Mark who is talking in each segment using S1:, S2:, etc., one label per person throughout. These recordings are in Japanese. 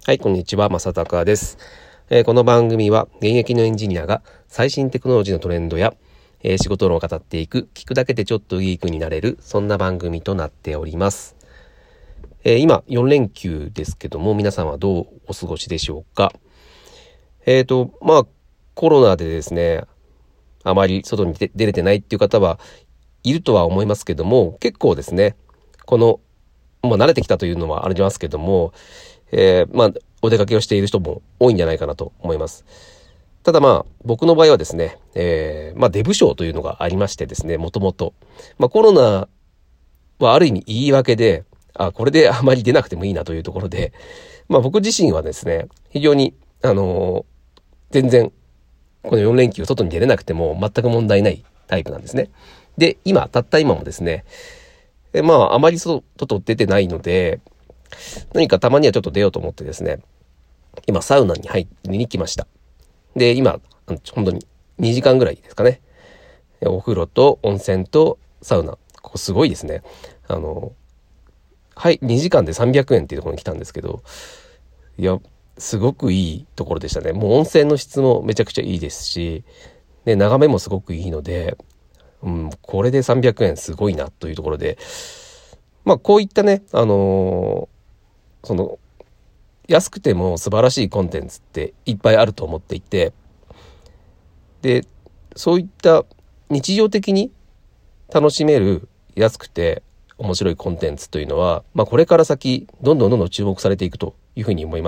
S1: はい、こんにちは、正隆です。この番組は現役のエンジニアが最新テクノロジーのトレンドや、仕事論を語っていく、聞くだけでちょっとギークになれる、そんな番組となっております。今4連休ですけども、皆さんはどうお過ごしでしょうか。コロナでですね、あまり外に出れてないっていう方はいるとは思いますけども、結構ですね、もう慣れてきたというのはありますけども、お出かけをしている人も多いんじゃないかなと思います。ただ僕の場合はですね、デブ症というのがありましてですね、もともと。コロナはある意味言い訳で、これであまり出なくてもいいなというところで、僕自身はですね、非常に、全然、この4連休外に出れなくても全く問題ないタイプなんですね。で、たった今もですね、あまり外出てないので、何かたまにはちょっと出ようと思ってですね、今サウナに入りに来ました。で、今、本当に2時間ぐらいですかね。お風呂と温泉とサウナ。ここすごいですね。2時間で300円っていうところに来たんですけど、いや、すごくいいところでしたね。もう温泉の質もめちゃくちゃいいですし、で、眺めもすごくいいので、これで300円すごいなというところで、こういったね、安くても素晴らしいコンテンツっていっぱいあると思っていて、で、そういった日常的に楽しめる安くて面白いコンテンツというのは、これから先どんどん注目されていくというふうに思います。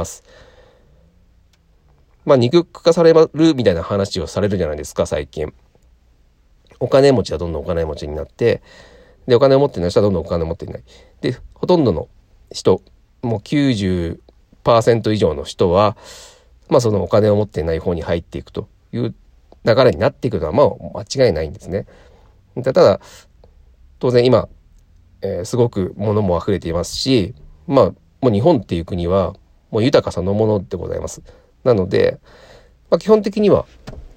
S1: 二極化されるみたいな話をされるじゃないですか、最近。お金持ちはどんどんお金持ちになって、で、お金を持ってない人はどんどんお金を持っていない。で、ほとんどの人、もう90% 以上の人は、そのお金を持っていない方に入っていくという流れになっていくのは間違いないんですね。ただ、当然今、すごく物も溢れていますし、もう日本っていう国はもう豊かさのものでございます。なので、基本的には、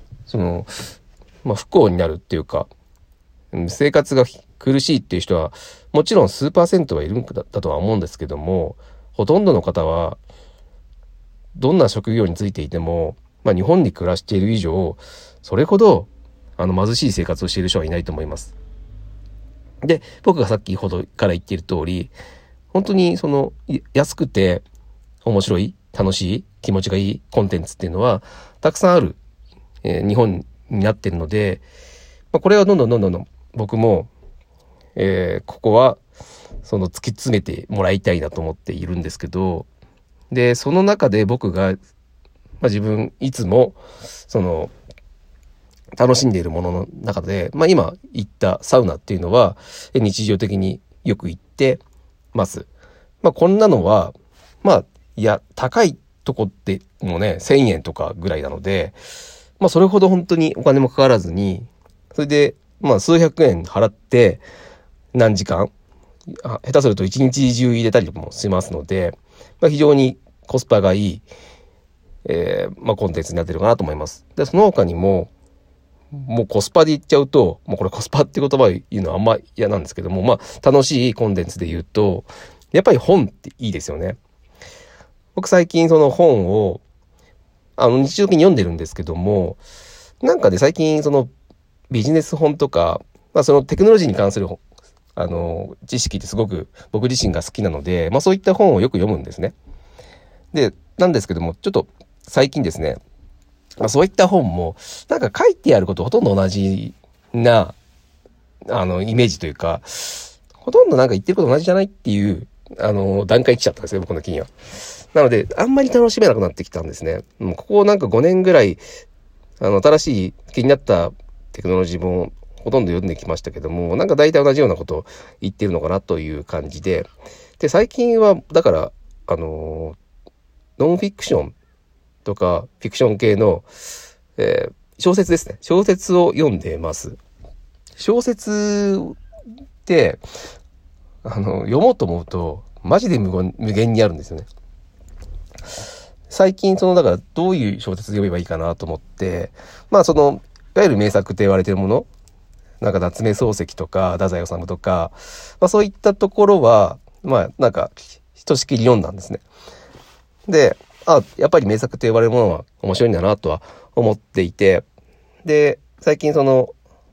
S1: 不幸になるっていうか、生活が苦しいっていう人はもちろん数%はいるんだとは思うんですけども、ほとんどの方はどんな職業についていても、日本に暮らしている以上それほど貧しい生活をしている人はいないと思います。で、僕がさっきほどから言っている通り、本当に安くて面白い、楽しい、気持ちがいいコンテンツっていうのはたくさんある、日本になっているので、これはどんどん僕も、ここは突き詰めてもらいたいなと思っているんですけど、でその中で僕が、自分いつも楽しんでいるものの中で、今言ったサウナっていうのは日常的によく行ってます。こんなのは高いとこってもうね1000円とかぐらいなので、それほど本当にお金もかからずに、それで数百円払って何時間、下手すると一日中入れたりもしますので、非常にコスパがいい、コンテンツになってるかなと思います。で、その他にもうコスパで言っちゃうと、これコスパって言葉を言うのはあんま嫌なんですけども、楽しいコンテンツで言うと、やっぱり本っていいですよね。僕最近その本を日常的に読んでるんですけども、最近ビジネス本とか、そのテクノロジーに関する知識ってすごく僕自身が好きなので、そういった本をよく読むんですね。で、なんですけども、ちょっと最近ですね、そういった本も書いてあることほとんど同じなイメージというか、ほとんど言ってること同じじゃないっていう段階来ちゃったんですよ、僕の気には。なのであんまり楽しめなくなってきたんですね。ここ5年ぐらい新しい気になったテクノロジー本ほとんど読んできましたけども、大体同じようなことを言ってるのかなという感じで、最近はだからノンフィクションとかフィクション系の、小説ですね。小説を読んでます。小説って読もうと思うとマジで無限にあるんですよね。最近だからどういう小説読めばいいかなと思って、いわゆる名作って言われてるもの、夏目漱石とか太宰治とか、そういったところはひとしきり読んだんですね。でやっぱり名作と呼ばれるものは面白いんだなとは思っていて、で、最近の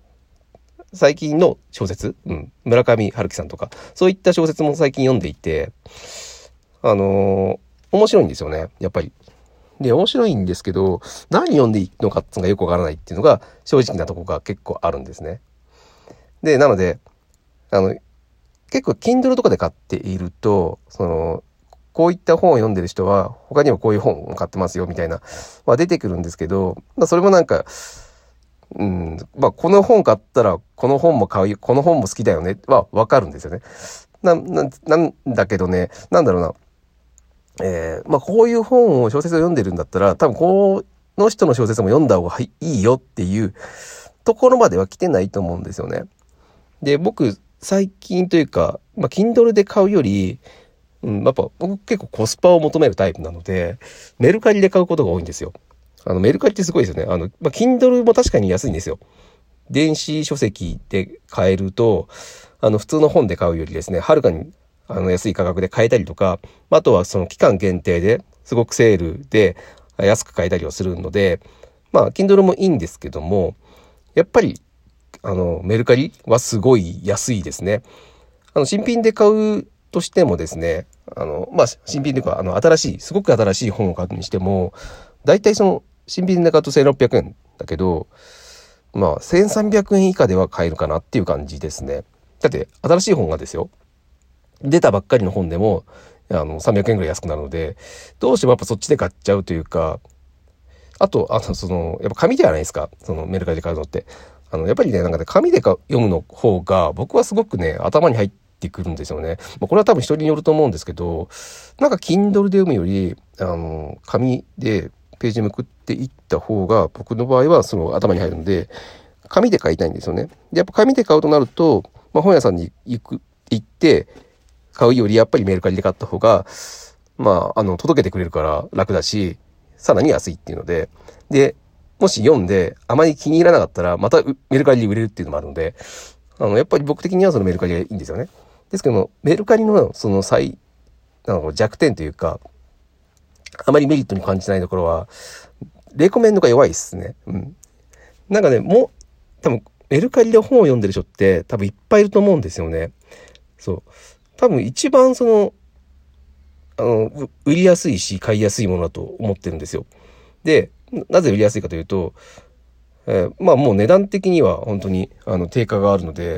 S1: 小説、村上春樹さんとか、そういった小説も最近読んでいて、面白いんですよね、やっぱり。で、面白いんですけど、何読んでいいのかっていうのがよくわからないっていうのが正直なところが結構あるんですね。で、なので、結構 Kindle とかで買っていると、こういった本を読んでる人は他にもこういう本を買ってますよみたいな、出てくるんですけど、それもなんか、この本買ったらこの本も買う、この本も好きだよねはわかるんですよね。なんだけどね、なんだろうな。こういう本を小説を読んでるんだったら、多分この人の小説も読んだ方がいいよっていうところまでは来てないと思うんですよね。で、僕、最近というか、Kindle で買うより、やっぱ僕結構コスパを求めるタイプなので、メルカリで買うことが多いんですよ。メルカリってすごいですよね。Kindle も確かに安いんですよ。電子書籍で買えると、普通の本で買うよりですね、はるかに安い価格で買えたりとか、あとはその期間限定ですごくセールで安く買えたりをするので、Kindle もいいんですけども、やっぱりメルカリはすごい安いですね。新品で買うとしてもですね、新品というか、すごく新しい本を買うにしても、だいたい新品で買うと1600円だけど、1300円以下では買えるかなっていう感じですね。だって、新しい本がですよ、出たばっかりの本でも、300円ぐらい安くなるので、どうしてもやっぱそっちで買っちゃうというか、あと、やっぱ紙ではないですか、メルカリで買うのって。やっぱりね、紙で読むの方が、僕はすごくね、頭に入ってくるんですよね。これは多分人によると思うんですけど、Kindle で読むより、紙でページめくっていった方が、僕の場合は頭に入るんで、紙で買いたいんですよね。で、やっぱ紙で買うとなると、本屋さんに行って買うより、やっぱりメルカリで買った方が、届けてくれるから楽だし、さらに安いっていうので、で、もし読んであまり気に入らなかったら、またメルカリで売れるっていうのもあるので、やっぱり僕的にはメルカリがいいんですよね。ですけど、メルカリの弱点というか、あまりメリットに感じないところは、レコメンドが弱いですね。多分、メルカリで本を読んでる人って多分いっぱいいると思うんですよね。そう。多分一番売りやすいし買いやすいものだと思ってるんですよ。で、なぜ売りやすいかというと、もう値段的には本当に定価があるので、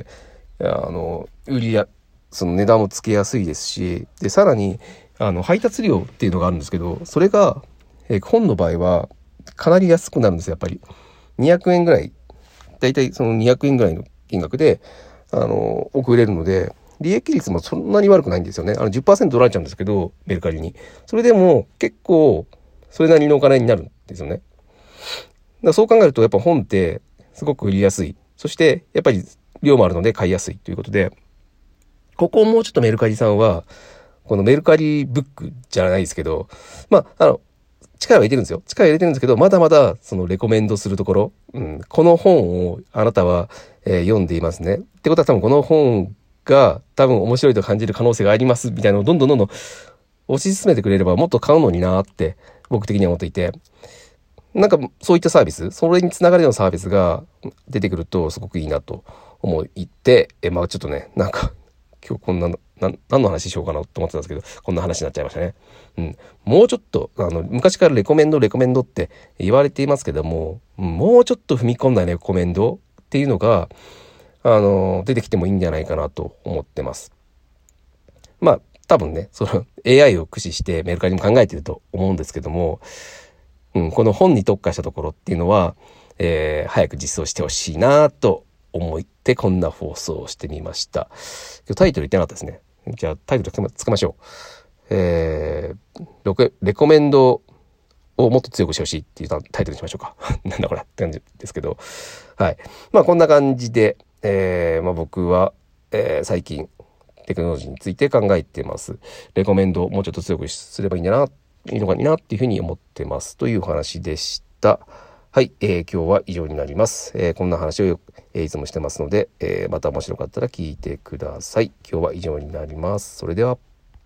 S1: その値段もつけやすいですし、で、さらに配達料っていうのがあるんですけど、それが、本の場合はかなり安くなるんですよ、やっぱり。200円ぐらい、だいたいその200円ぐらいの金額で、送れるので、利益率もそんなに悪くないんですよね。10% 取られちゃうんですけど、メルカリに。それでも結構、それなりのお金になるんですよね。そう考えると、やっぱ本ってすごく売りやすい。そして、やっぱり量もあるので買いやすいということで、ここをもうちょっとメルカリさんは、このメルカリブックじゃないですけど、力を入れてるんですよ。力を入れてるんですけど、まだまだレコメンドするところ、この本をあなたは、読んでいますね。ってことは多分この本が多分面白いと感じる可能性がありますみたいなのをどんどん推し進めてくれればもっと買うのになーって僕的には思っていて、そういったサービス、それにつながるようなサービスが出てくるとすごくいいなと思って、ちょっとね、今日こんな何の話しようかなと思ってたんですけど、こんな話になっちゃいましたね。もうちょっと、昔からレコメンドって言われていますけども、もうちょっと踏み込んだレコメンドっていうのが、出てきてもいいんじゃないかなと思ってます。多分ね、AI を駆使してメルカリも考えてると思うんですけども、この本に特化したところっていうのは、早く実装してほしいなと思ってこんな放送をしてみました。今日タイトル言ってなかったですね。じゃあタイトルつけましょう。レコメンドをもっと強くしてほしいっていうタイトルにしましょうか。なんだこれって感じですけど。はい。こんな感じで、僕は、最近テクノロジーについて考えてます。レコメンドをもうちょっと強くすればいいのかなっていうふうに思ってますという話でした。はい、今日は以上になります。こんな話をいつもしてますので、また面白かったら聞いてください。今日は以上になります。それでは。